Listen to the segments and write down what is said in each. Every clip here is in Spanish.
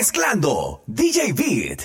Mezclando DJ Beat.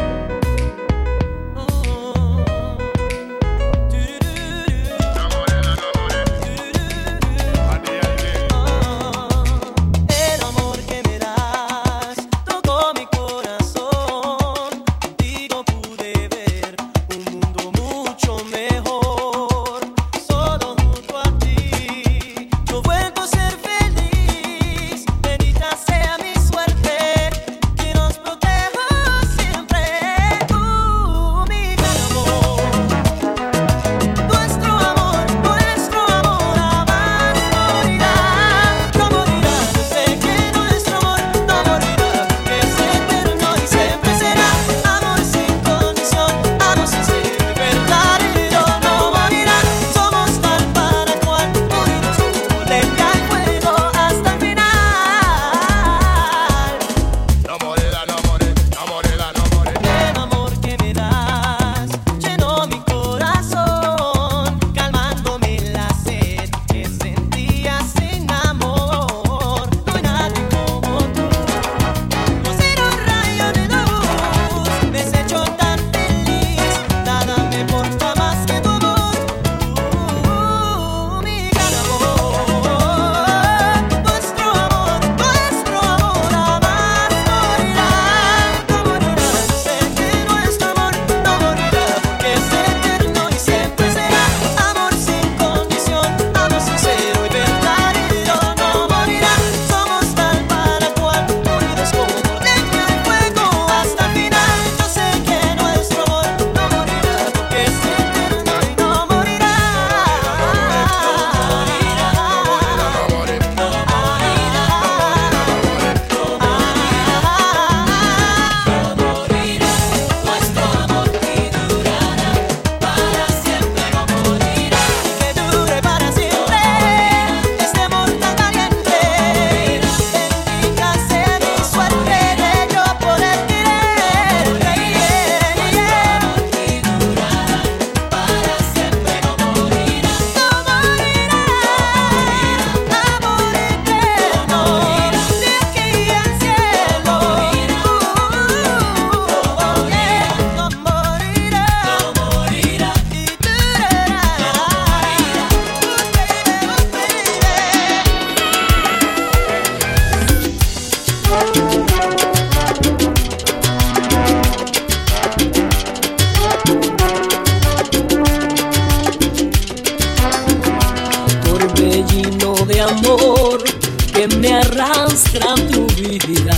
Amor que me arrastra tu vida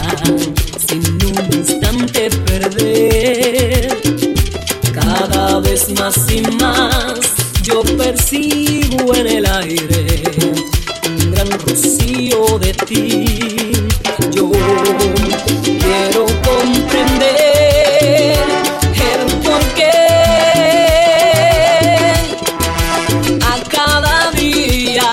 sin un instante perder. Cada vez más y más yo percibo en el aire un gran rocío de ti. Yo quiero comprender el porqué. A cada día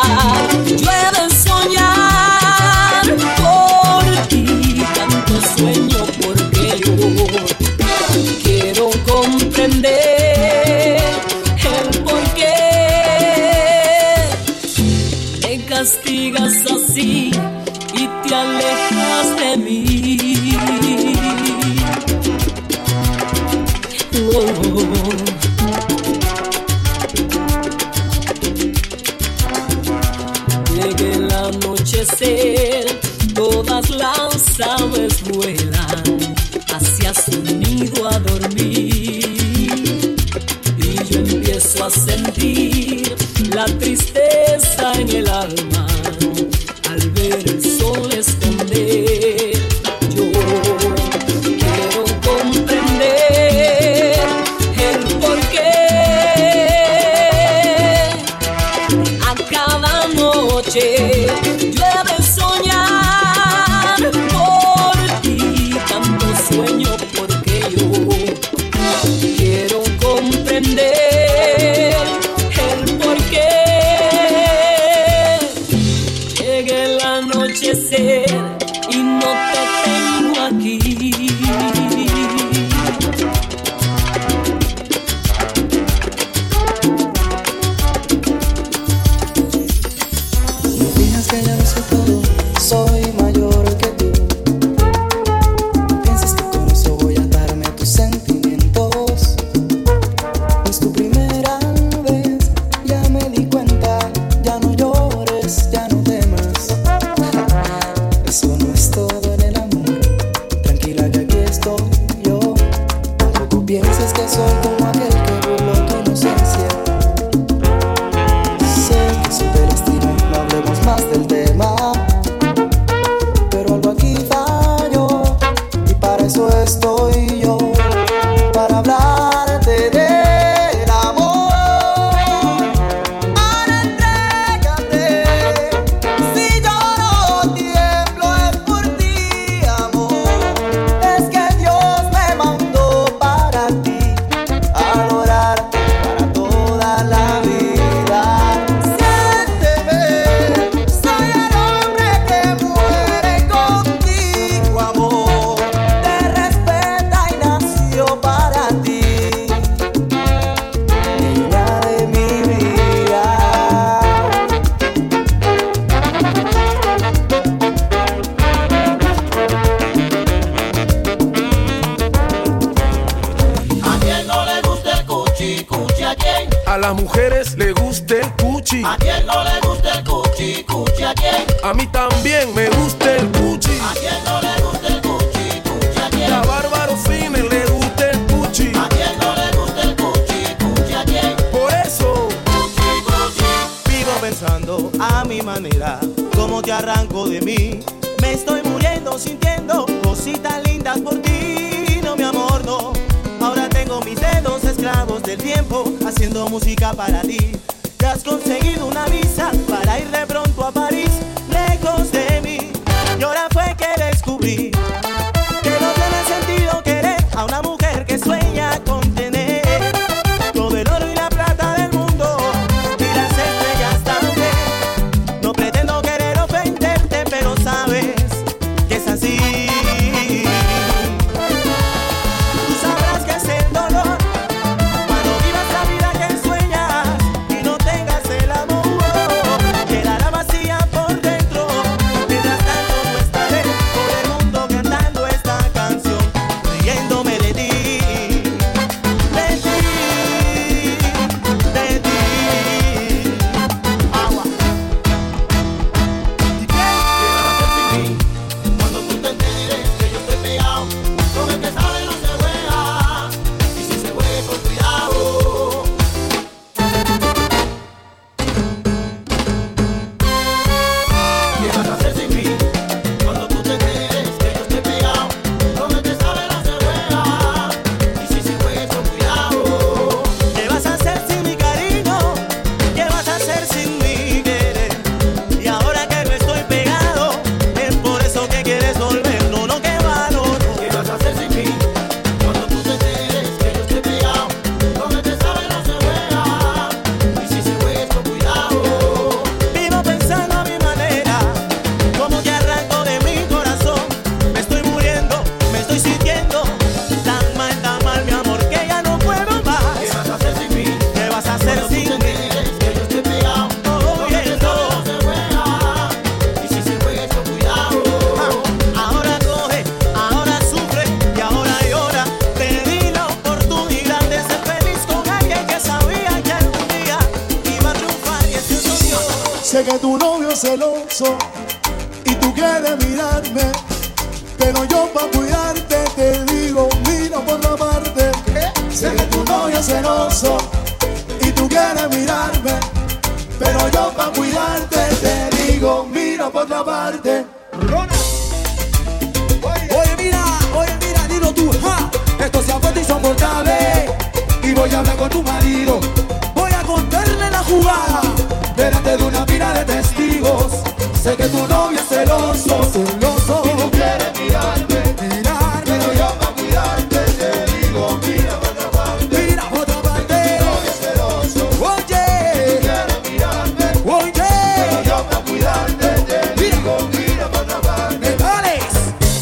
sueño porque yo quiero comprender el porqué me castigas así y te alejas de mí. Llegue el anochecer, todas las aves vuelan hacia su nido a dormir y yo empiezo a sentir la tristeza en el alma al ver el sol esconder. Yo quiero comprender el porqué. A cada noche llueve soñar por ti, tanto sueño porque yo quiero comprender el porqué. Llegue el anochecer y no te tengo aquí. No fijas que ya lo sé todo, soy mayor que tú. eso estoy yo, para hablarte del amor. Ahora entrégate, si yo no tiemblo es por ti, amor. Es que Dios me mandó para ti, adorarte para toda la vida. Siénteme, soy el hombre que muere contigo, amor. Te respeta y nació para ti, niña de mi vida. ¿A quién no le gusta el cuchi, cuchi? ¿A quién? A las mujeres le gusta el cuchi. ¿A quién no le gusta el cuchi, cuchi? ¿A quién? A mí también me gusta el cuchi. ¿A quién no le gusta el cuchi, cuchi? ¿A quién? A Bárbaro Fines le gusta el cuchi. ¿A quién no le gusta el cuchi, cuchi? ¿A quién? Por eso Cuchi, cuchi. Vivo pensando a mi manera, cómo te arranco de mí. Me estoy muriendo sintiendo cositas lindas por ti. No, mi amor, no. Ahora tengo mis dedos esclavos del tiempo, haciendo música para ti. Te has conseguido una visa para ir de pronto a París, lejos de mí. Y ahora fue que descubrí que no tiene sentido querer a una mujer que sueña con tener todo el oro y la plata del mundo y las estrellas también. No pretendo querer ofenderte, pero sabes que es así. Tú sabrás que es el dolor cuando vivas la vida que sueñas y no tengas el amor. Quedará vacía por dentro. Mientras tanto no estaré por el mundo cantando esta canción, riéndome de ti, de ti, de ti. Agua. ¿Y qué? Cuando tú te enteres que yo estoy pegado, con el que sabe no se juega, y si se juega con cuidado. ¿Qué vas a hacer sin mí? Cuando tú te enteres que yo estoy pegado, con el que sabe no se juega, y si se juega con cuidado. ¿Qué vas a hacer sin mi cariño? ¿Qué vas a hacer sin mi querer? Y ahora que no estoy pegado, es por eso que quieres volver. No, no, que va, no, no. ¿Qué vas a hacer sin mí? Cuando tú te enteres que yo estoy pegado, con el que sabe no se juega, y si se juega con cuidado. Vivo pensando a mi manera, cómo te arranco de mi corazón. Me estoy muriendo, me estoy sintiendo tan mal, mi amor, que ya no puedo más. ¿Qué vas a hacer sin mí? ¿Qué vas a hacer Cuando tú sin te mí? enteres que yo estoy pegado, con el que sabe no se juega, y si se juega con cuidado. Ahora coge, ahora sufre y ahora llora. Te di la oportunidad de ser feliz con alguien que sabía que algún día iba a triunfar y ese soy yo. Sé que tu novio es celoso y tú quieres mirarme, pero yo pa' cuidarte te digo, mira por la parte. Sé que tu novio es celoso y tú quieres mirarme, pero yo pa' cuidarte te digo, mira por la parte. Oye mira, dilo tú, ja. Esto se ha vuelto insoportable y voy a hablar con tu marido. Voy a contarle la jugada delante de una pila de testigos. Sé que tu novio es celoso, celoso, y tú quieres mirarme, pero yo pa' cuidarte te digo, mira por otra parte. Mira por otra parte. Tu novio es celoso, oye, tú quieres mirarme, oye, pero yo pa' cuidarte te digo, mira por otra parte. ¡Metales!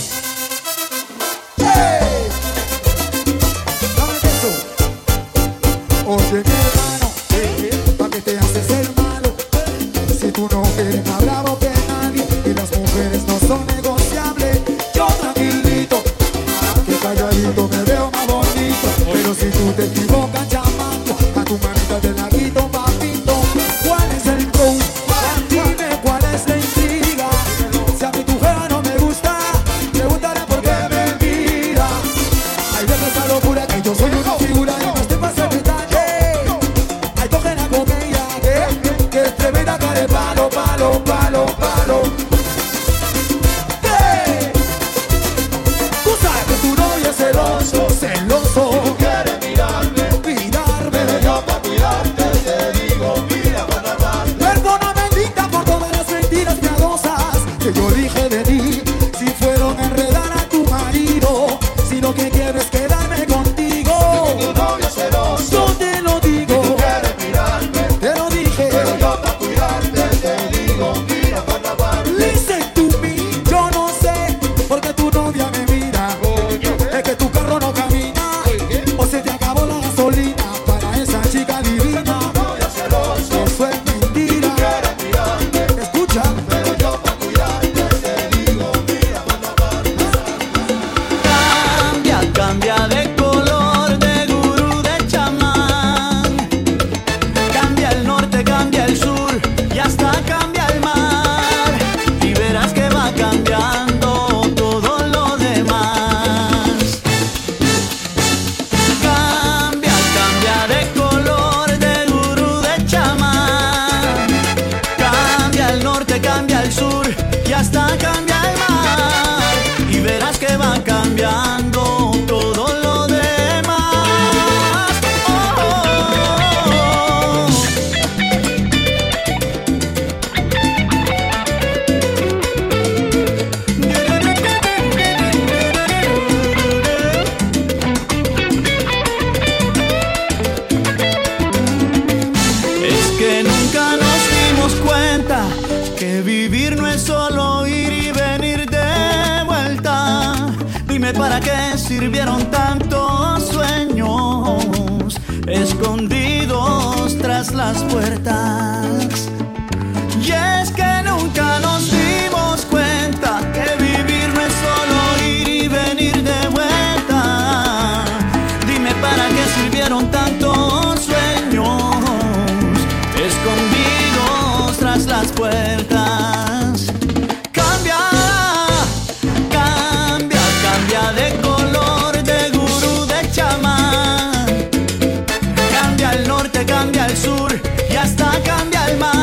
¡Hey! Dame eso. Oye, mi hermano, ¿pa' qué te haces el malo? Si tú no eres más bravo que nadie y las mujeres no son lo que quiero es quedarme contigo. Tu novio es celoso. Yo te lo digo. Tú quieres mirarme, Te lo dije. pero yo para cuidarte te digo, mira por la parte. Listen to me. Yo no sé por qué tu novia me mira. Es que tu carro no camina. O se te acabó la gasolina para esa chica divina. Tu novio es celoso. Eso es mentira. Quieres mirarme, Escucha. pero yo para cuidarte te digo, mira por la parte. Cambia, cambia de color, de gurú, de chamán. Cambia el norte, cambia el sur y hasta cambia el mar. Y verás que va cambiando todo lo demás. Cambia, cambia de color, de gurú, de chamán. Cambia el norte, cambia el sur y hasta cambia el mar. Y verás que va cambiando todo lo demás. Oh, oh, oh. Es que nunca nos dimos cuenta que vivir no es solo ir y venir de vuelta. Dime para qué sirvieron tantos sueños escondidos tras las puertas. Y es que nunca nos dimos cuenta que vivir no es solo ir y venir de vuelta. Dime para qué sirvieron tantos sueños escondidos tras las puertas. Cambia, cambia, cambia de color, de gurú, de chamán. Cambia el norte, cambia el sur y hasta cambia el mar.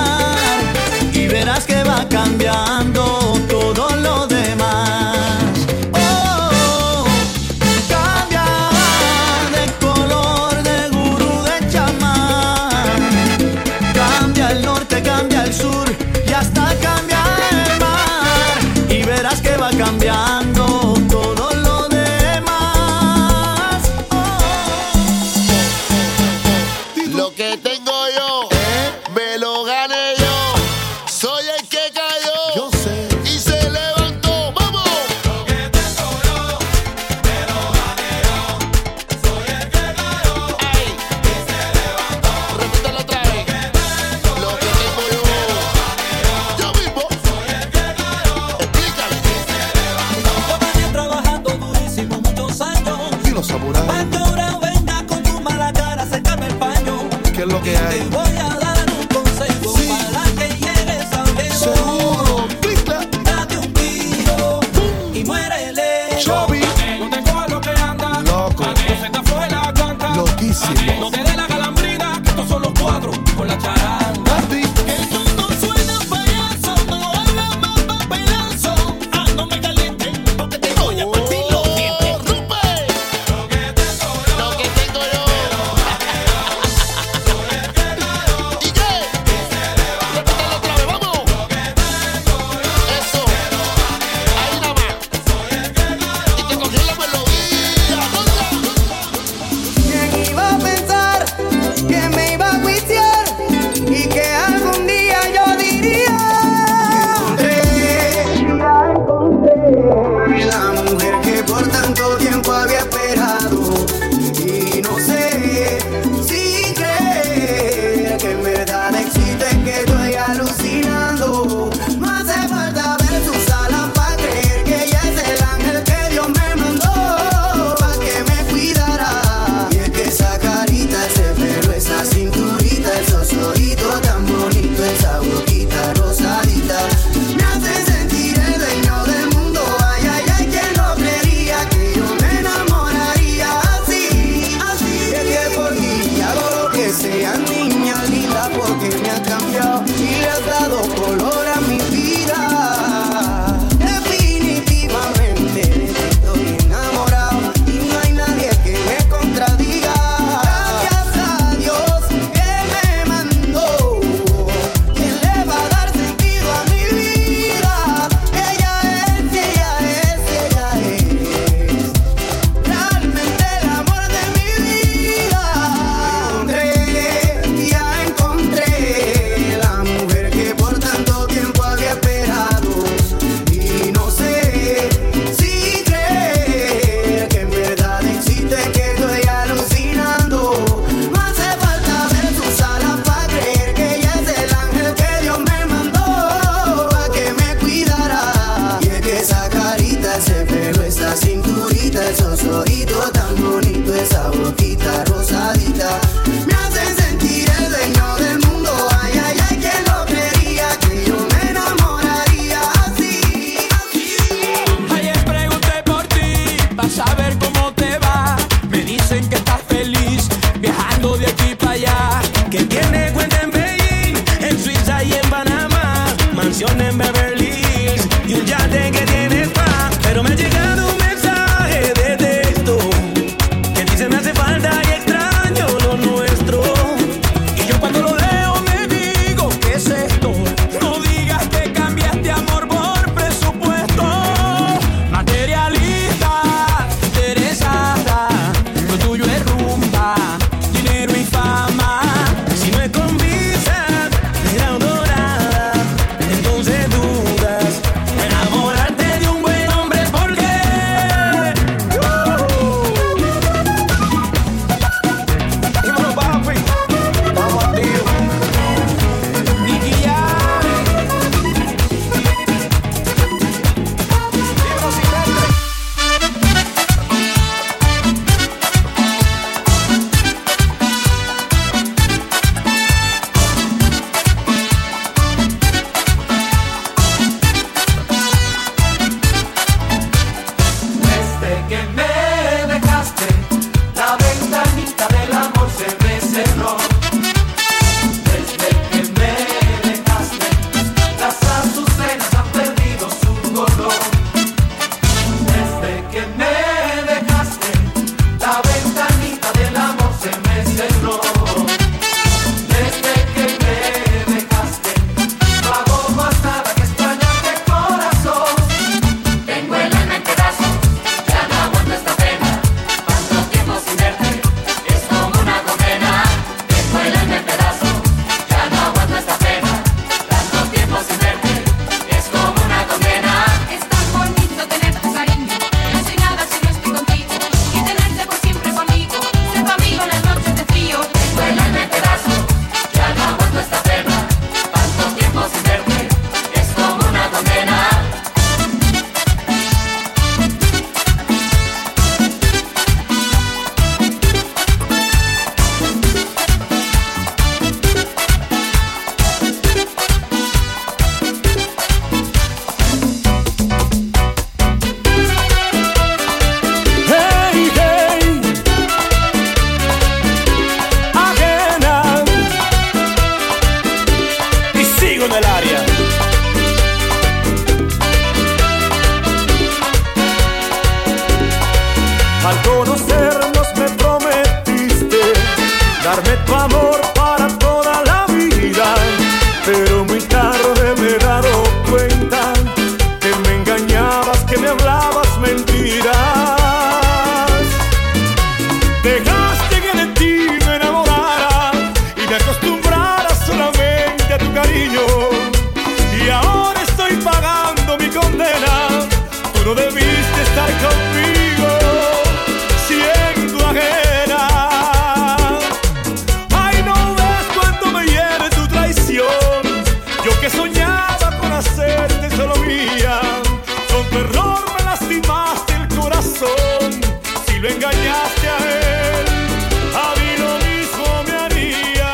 engañaste a él, a mí lo mismo me haría.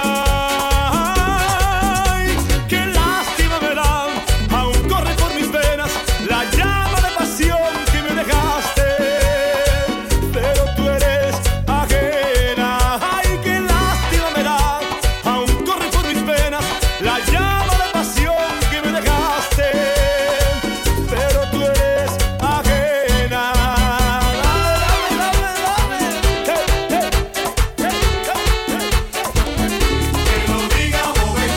Ay, qué lástima me da, aún corre por mis venas la llama de pasión que me dejaste, pero tú eres ajena. Ay, qué lástima me da, aún corre por mis venas la llama de pasión que me dejaste, pero tú eres ajena. Que lo diga joven.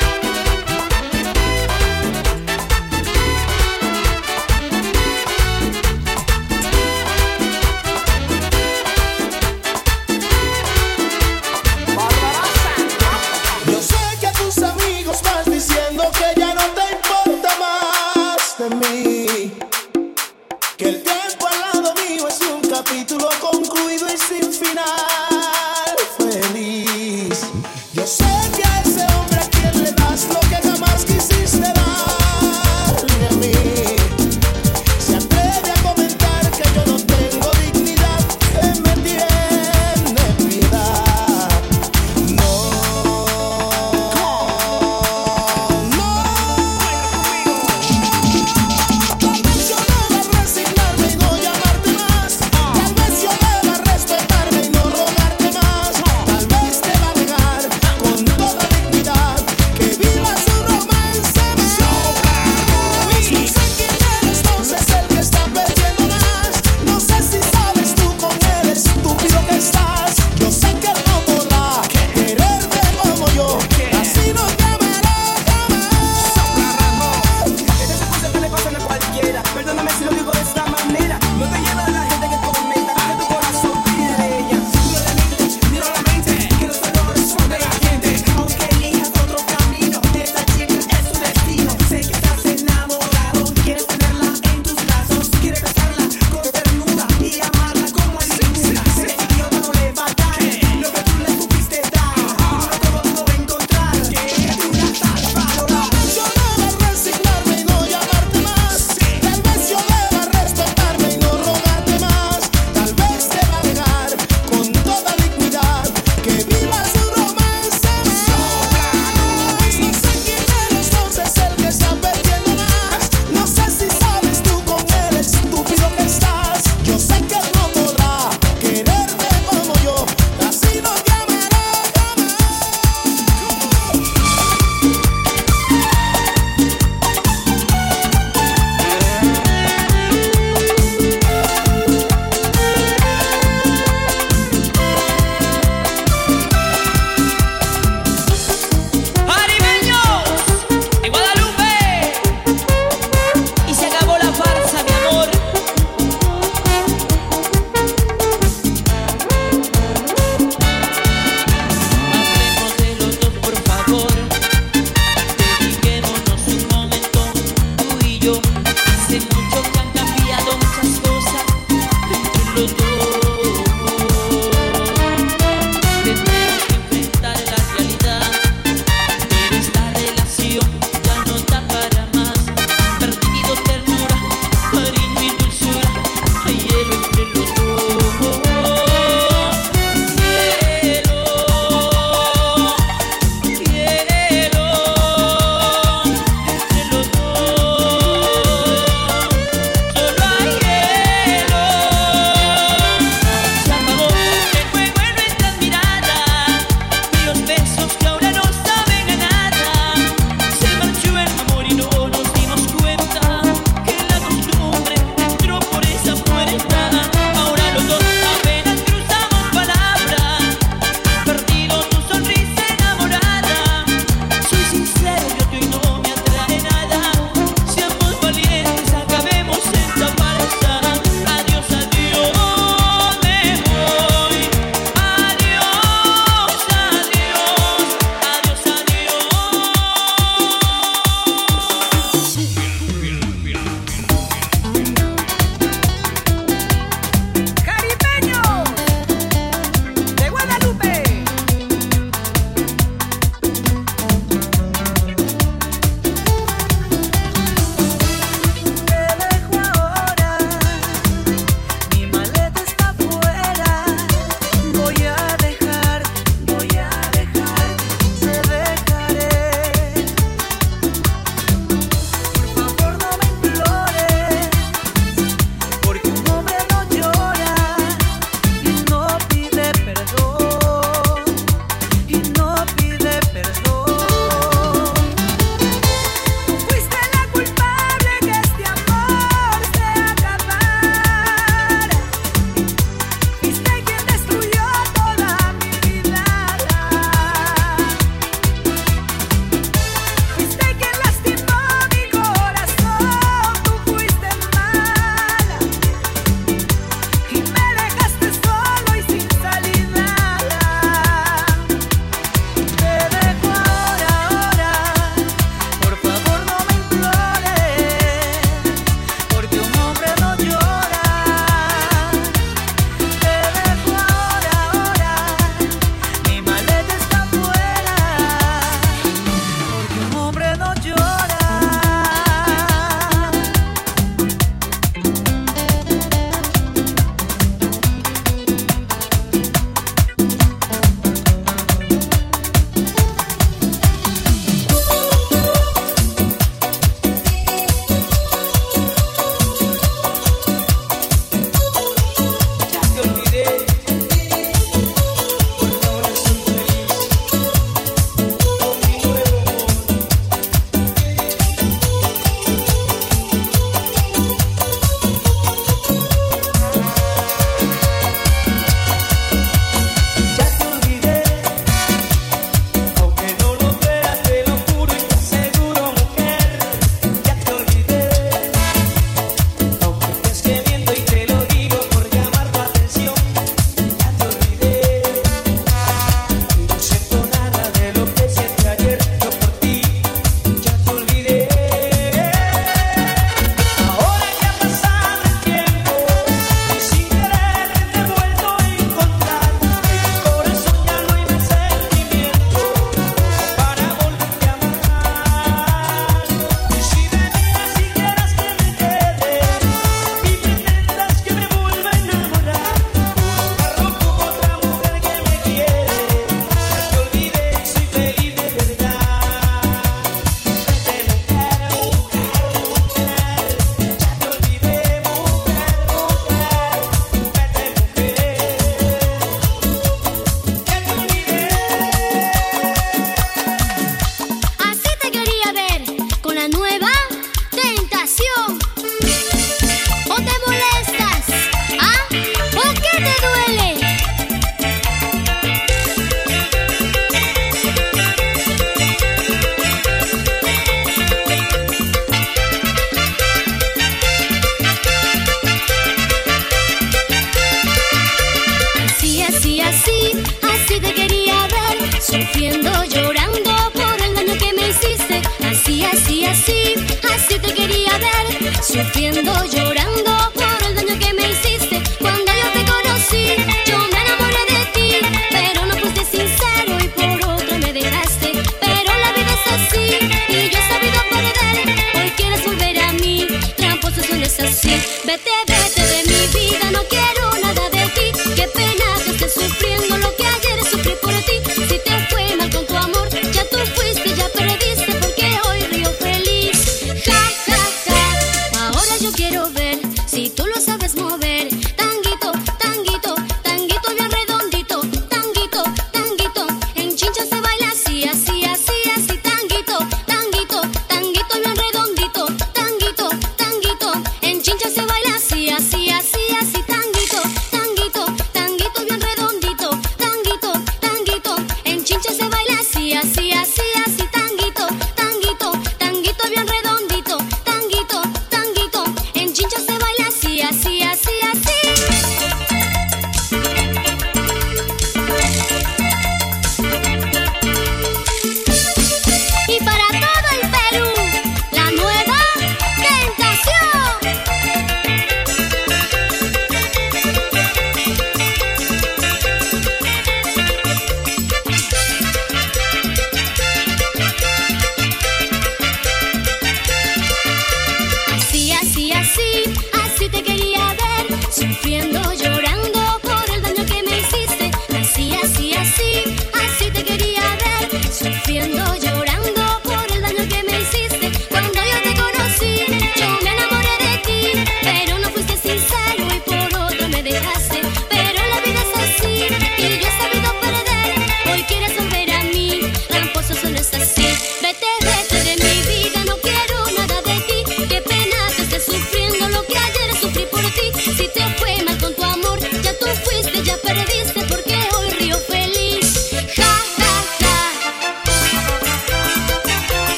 Yo sé que a tus amigos vas diciendo que ya no te importa más de mí, que el tiempo al lado mío es un capítulo concluido y sin final feliz. Yo sé que a ese hombre a quien le das lo que jamás quisiste darle a mí, se atreve a comentar que yo no tengo dignidad, que me tiene piedad. No, no. Tal vez yo deba resignarme y no llamarte más. Tal vez yo deba respetarme y no rogarte más. Tal vez te va a negar con toda dignidad que vivas un romance más. No sé quién de los dos es el que está perdiendo más. No sé si sabes tú con él estúpido que estás. Yo sé que él no podrá quererte como yo, así no te amará jamás. Esas cosas que le pasan a cualquiera. Perdóname si lo digo de esta manera. No te lleva a la gente que tormenta, que tu corazón pide de ella. Miro la mente, que los errores son de la gente. Aunque elijas otro camino, esta chica es su destino. Sé que estás enamorado, quieres tenerla en tus brazos, quieres besarla con ternura y amarla como a ninguna. Ese idiota no le va a dar lo que tú le supiste dar. No todo pudo encontrar que tú la sabes valorar. Yo debo resignarme y no llamarte más. Tal vez yo deba respetarme y no rogarte más. Tal vez te va a negar con toda dignidad que vivas un romance más. No sé quién de los dos es el que está perdiendo más. No sé si sabes tú con él estúpido que estás. Yo sé que él no podrá quererte como yo, así no te amará jamás. ¡Arimeños! ¡En Guadalupe! Y se acabó la farsa, mi amor. Hablemos de los dos, por favor. Dediquémonos un momento, tú y yo. Hace mucho que han cambiado muchas cosas entre los dos. Tenemos que enfrentar la realidad. Pero esta relación ya no da para más. Perdido ternura, cariño y dulzura. Hay hielo entre los dos. Hielo, hielo entre los dos. Solo hay hielo.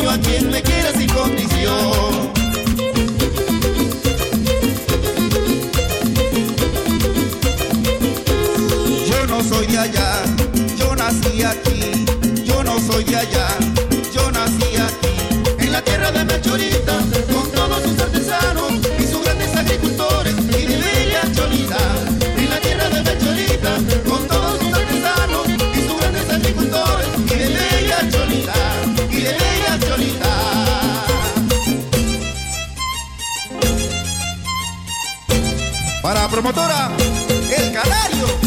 quiero a quien me quiera sin condición. Yo no soy de allá, yo nací aquí. Yo no soy de allá, yo nací aquí. En la tierra de Melchorita, con todos sus artesanos y sus grandes agricultores y de bella Cholita. En la tierra de Melchorita, con todos sus artesanos y sus grandes agricultores y de bella Cholita, y de bella Cholita. Para promotora, El Canario.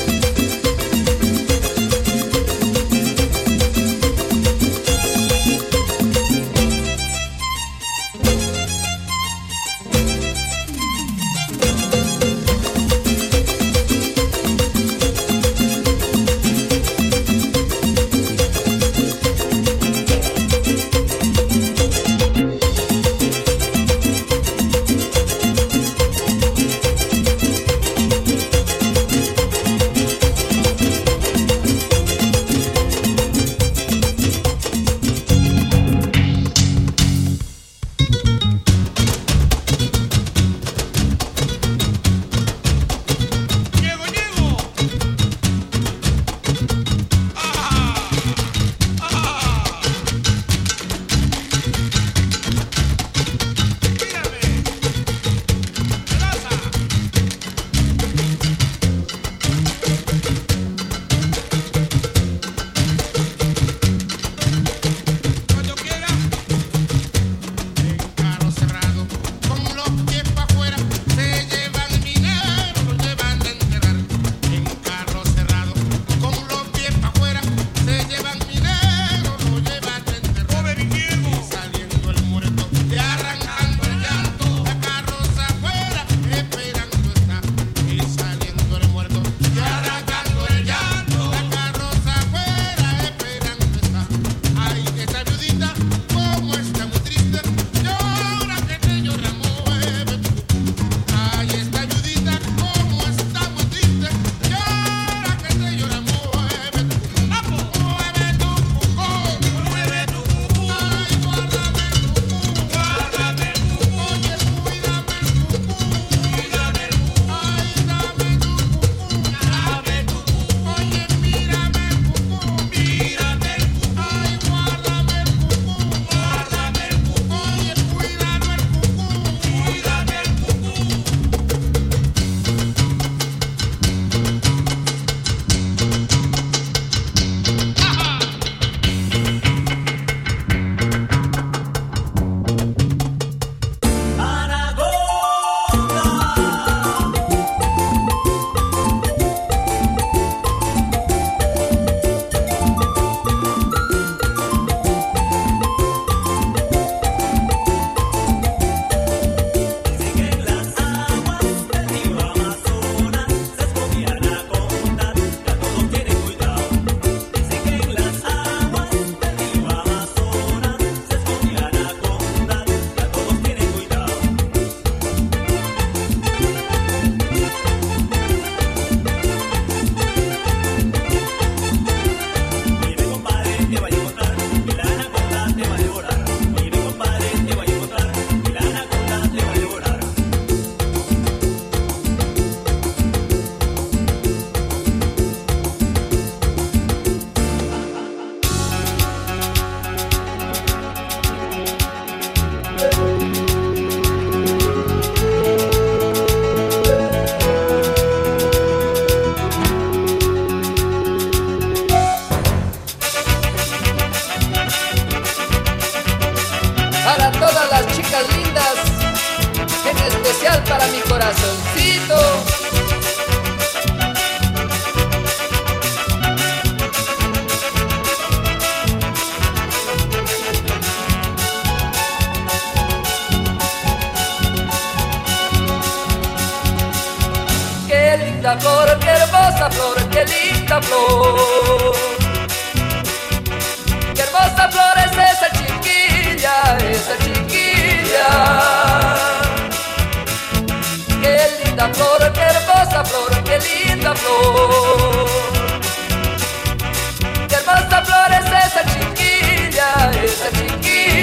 Para mi corazoncito. Qué linda flor, qué hermosa flor, qué linda flor. Qué hermosa flor es esa chiquilla, esa chiquilla. Qué linda flor, qué hermosa flor, qué linda flor. Qué hermosa flor es esa chiquilla, esa chiquilla.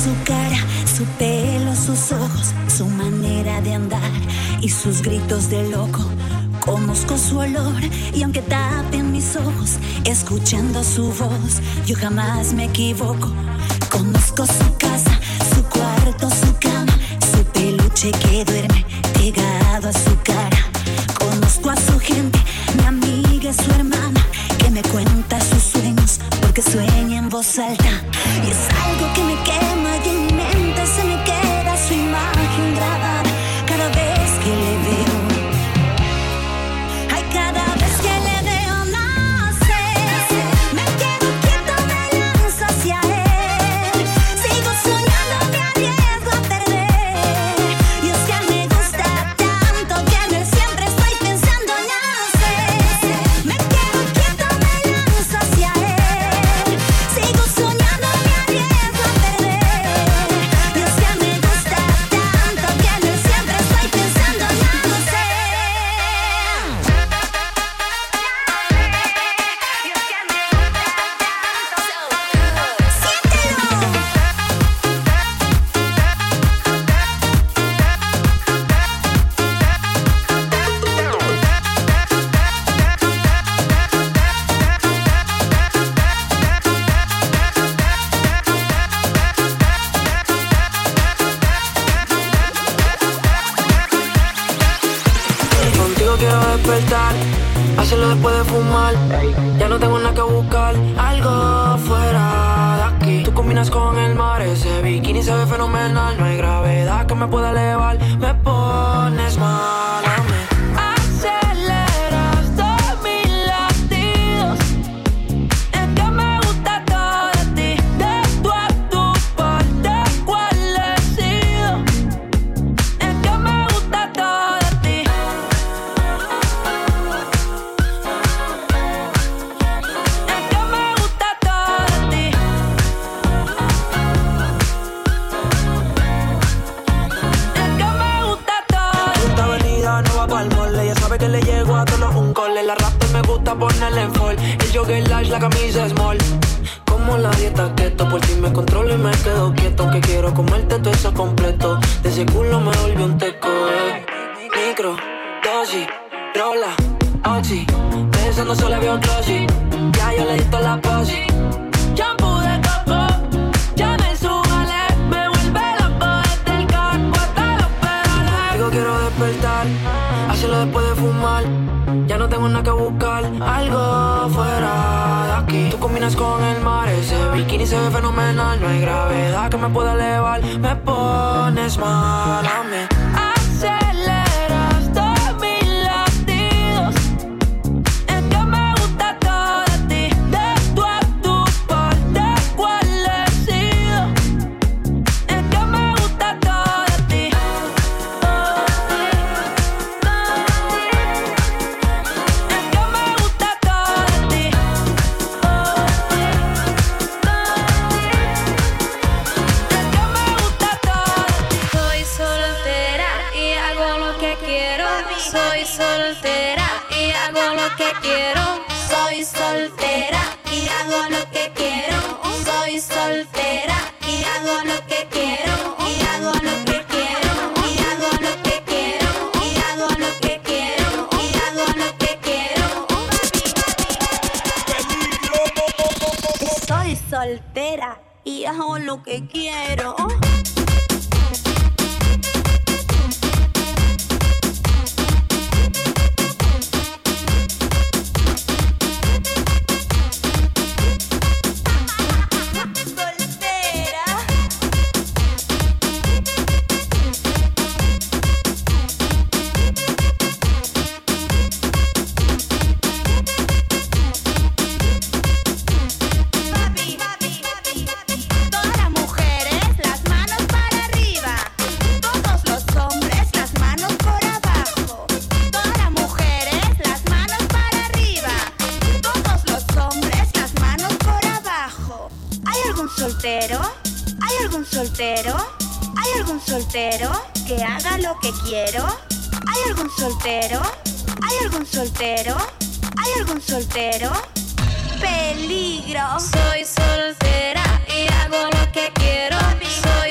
su cara, su pelo, sus ojos, su manera de andar y sus gritos de loco. Conozco su olor y aunque tapen mis ojos, escuchando su voz, yo jamás me equivoco. Conozco su casa, su cuarto, su cama, su peluche que duerme pegado a su cara. Conozco a su gente, mi amiga y su hermana, que me cuenta sus sueños porque sueña en voz alta. Y es algo que me quema y en mi mente se me queda su imagen grabada cada vez que le veo. Ay, cada vez que le veo, no sé, me quedo quieto, me lanzo hacia él. Sigo soñando, me arriesgo a perder. Y es que me gusta tanto que en él siempre estoy pensando, no sé. Me quedo quieto, me lanzo hacia él. Sigo soñando, me arriesgo a perder. Y es que me gusta tanto que en él siempre estoy pensando, no sé. Contigo quiero despertar, hacerlo después de fumar. Ya no tengo nada que buscar, algo fuera de aquí. Tú combinas con el mar, ese bikini se ve fenomenal. No hay gravedad que me pueda elevar, me pones mal a mí. Aceleras todos mis latidos, es que me gusta todo de ti. De tú a tu parte, ¿cuál he sido? Es que me gusta todo de ti. Es que me gusta todo de ti. Es que me gusta todo. Esta avenida no va pa'l mall, ella sabe que le llego a todos los uncoles. La raptor me gusta ponerle en fall, el jogger large, la camisa small. Como la dieta keto, por ti me controlo y me quedo quieto. Aunque quiero comerte todo eso completo, de ese culo me volvió un teco, Micro, dosis, rola, oxi, pensando solo veo glossy. Ya yo le di toda la posi. Shampoo de coco, ya me subale, me vuelve loco desde el casco hasta los pedales. Digo quiero despertar, hacerlo después de fumar. Ya no tengo nada que buscar, algo fuera de aquí. Tú combinas con el mar, ese bikini se ve fenomenal. No hay gravedad que me pueda elevar, me pones mal a mí. Aceleras todos mis latidos, es que me gusta todo de ti. De tú a tu parte, ¿cuál he sido? Es que me gusta todo de ti. Es que me gusta todo de ti. Es que me gusta todo de ti. Soy soltera y hago lo que quiero. Soy soltera y hago lo que quiero. Soy soltera y hago lo que quiero. Soy soltera y hago lo que quiero. Y hago lo que quiero. Y hago lo que quiero. Y hago lo que quiero. Y hago lo que quiero. Soy soltera y hago lo que quiero. Todas las mujeres, las manos para arriba. Todos los hombres, las manos por abajo. Todas las mujeres, las manos para arriba. Todos los hombres, las manos por abajo. ¿Hay algún soltero? ¿Hay algún soltero? ¿Hay algún soltero que haga lo que quiero? ¿Hay algún soltero? ¿Hay algún soltero? ¿Hay algún soltero? ¡Peligro! Soy soltera y hago lo que quiero. Soy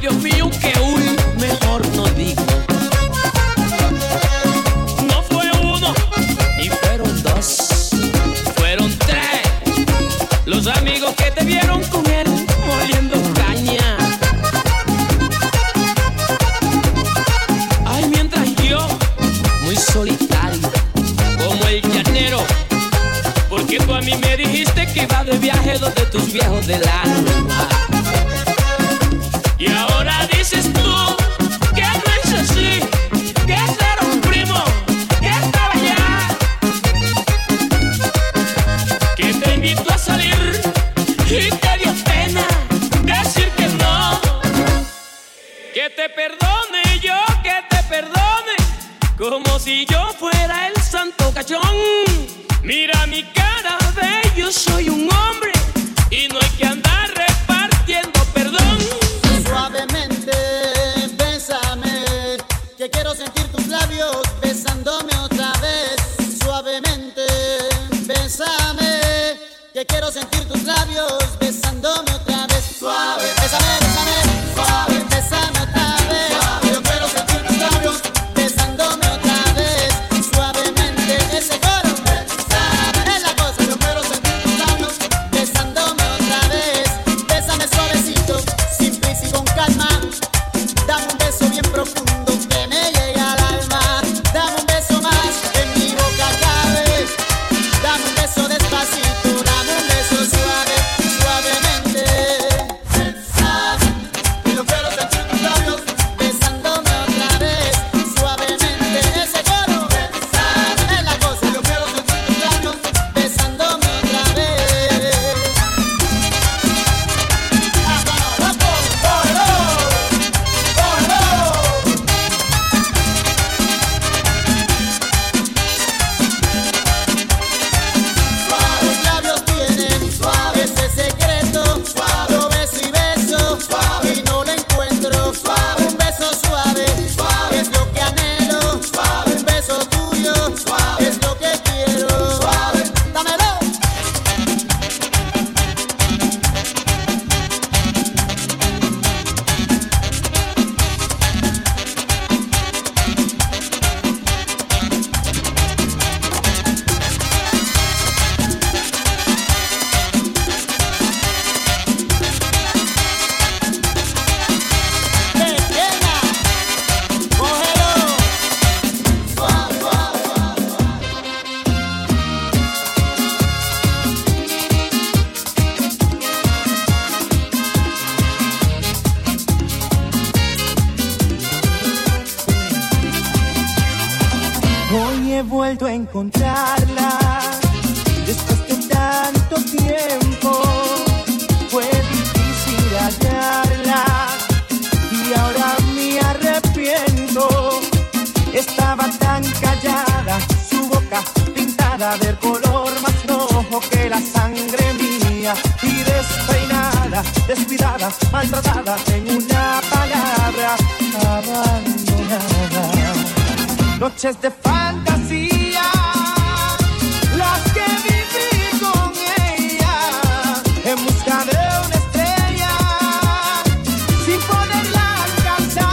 Dios mío, que uy, mejor no digo. No fue uno, ni fueron dos, fueron tres los amigos que te vieron con él moliendo caña. Ay, mientras yo, muy solitario, como el llanero, porque tú a mí me dijiste que iba de viaje donde tus viejos del alma. Y ahora dices tú que no es así, que era un primo, que estaba allá, que te invitó a salir y te dio pena decir que no. Que te perdone yo, que te perdone, como si yo fuera el santo cachón. Mira mi cara, ve, yo soy un hombre y no hay que andar repartiendo perdón. Suavemente, bésame, que quiero sentir tus labios besándome otra vez. Suavemente, bésame, que quiero sentir tus labios besándome otra vez. Suave, bésame, bésame, suave, bésame otra vez. Suave, yo quiero sentir tus labios besándome otra vez. Suavemente, ese coro, bésame, es la cosa. Yo quiero sentir tus labios besándome otra vez. Bésame suavecito, sin prisa y con calma. Dame un beso bien profundo que me llegue al alma. Dame un beso más, en mi boca cabe. Dame un beso despacito, dame un beso suave, suavemente. Bésame, y yo quiero sentir tus labios besándome otra vez. Suavemente, ese coro, bésame, es la cosa. Yo quiero sentir tus labios besándome otra vez. Suaves labios tienen, suave ese secreto, suave lo beso y beso, suave y no lo encuentro, suave un beso suave, suave es lo que anhelo, suave un beso tuyo, suave es lo que quiero, suave, dámelo. Pequeña, cógelo, suave, suave. Hoy he vuelto a encontrarla después de tanto tiempo. Fue difícil hallarla y ahora me arrepiento. Estaba tan callada, su boca pintada del color más rojo que la sangre mía, y despeinada, descuidada, maltratada, en una palabra, abandonada. Noches de fantasía, las que viví con ella, en busca de una estrella, sin poderla alcanzar.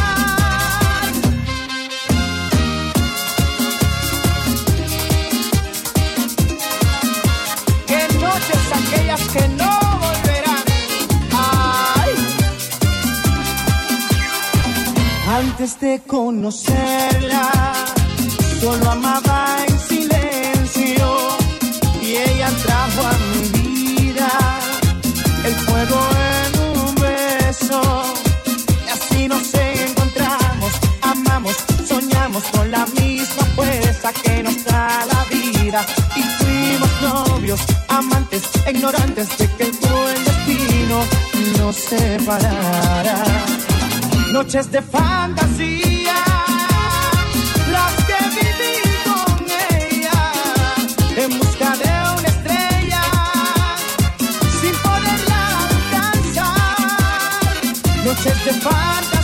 Qué noches aquellas que no volverán. Ay. Antes de conocerla, solo amaba en silencio, y ella trajo a mi vida el fuego en un beso. Y así nos encontramos, amamos, soñamos con la misma fuerza que nos da la vida. Y fuimos novios, amantes, ignorantes de que el cruel destino nos separara. Noches de fantasía, las que viví con ella, en busca de una estrella, sin poderla alcanzar. Noches de fantasía.